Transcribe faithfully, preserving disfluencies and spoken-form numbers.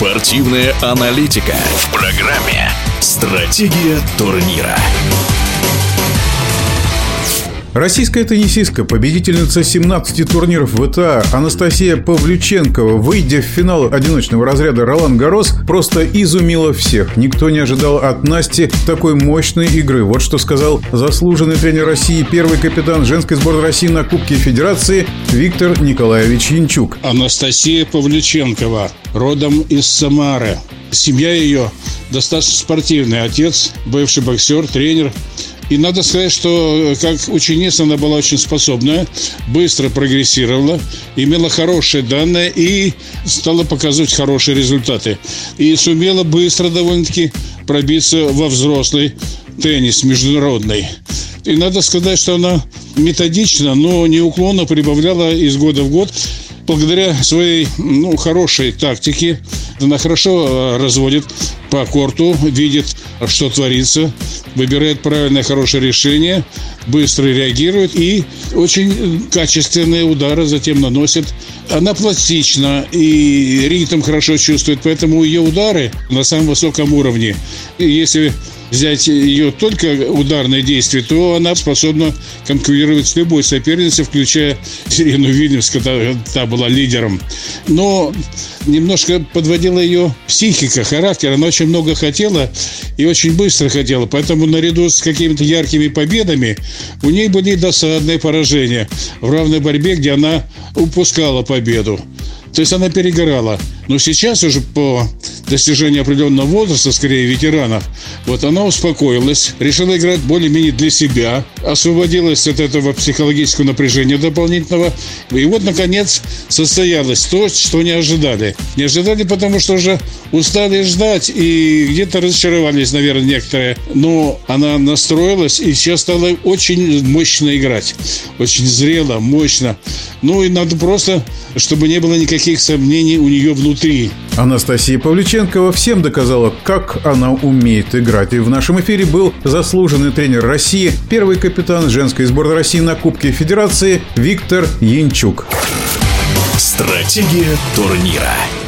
Спортивная аналитика в программе «Стратегия турнира». Российская теннисистка, победительница семнадцати турниров ВТА Анастасия Павлюченкова, выйдя в финал одиночного разряда Ролан-Гаррос, просто изумила всех. Никто не ожидал от Насти такой мощной игры. Вот что сказал заслуженный тренер России, первый капитан женской сборной России на Кубке Федерации Виктор Николаевич Янчук. Анастасия Павлюченкова, родом из Самары. Семья ее достаточно спортивная. Отец – бывший боксер, тренер. И надо сказать, что как ученица она была очень способная, быстро прогрессировала, имела хорошие данные и стала показывать хорошие результаты. И сумела быстро довольно-таки пробиться во взрослый теннис международный. И надо сказать, что она методично, но неуклонно прибавляла из года в год. Благодаря своей ну, хорошей тактике она хорошо разводит по корту, видит, что творится, выбирает правильное, хорошее решение, быстро реагирует и очень качественные удары затем наносит. Она пластична и ритм хорошо чувствует, поэтому ее удары на самом высоком уровне. И если взять ее только ударные действия, то она способна конкурировать с любой соперницей, включая Серену Вильямс, которая та была лидером. Но немножко подводила ее психика, характер. Она очень много хотела и очень быстро хотела. Поэтому наряду с какими-то яркими победами у ней были досадные поражения в равной борьбе, где она упускала победу. То есть она перегорала. Но сейчас уже по достижению определенного возраста, скорее ветеранов, вот она успокоилась, решила играть более-менее для себя, освободилась от этого психологического напряжения дополнительного. И вот, наконец, состоялось то, что не ожидали. Не ожидали, потому что уже устали ждать и где-то разочаровались, наверное, некоторые. Но она настроилась и сейчас стала очень мощно играть. Очень зрело, мощно. Ну и надо просто, чтобы не было никаких сомнений у нее внутри. Анастасия Павлюченкова всем доказала, как она умеет играть. И в нашем эфире был заслуженный тренер России, первый капитан женской сборной России на Кубке Федерации Виктор Янчук. Стратегия турнира.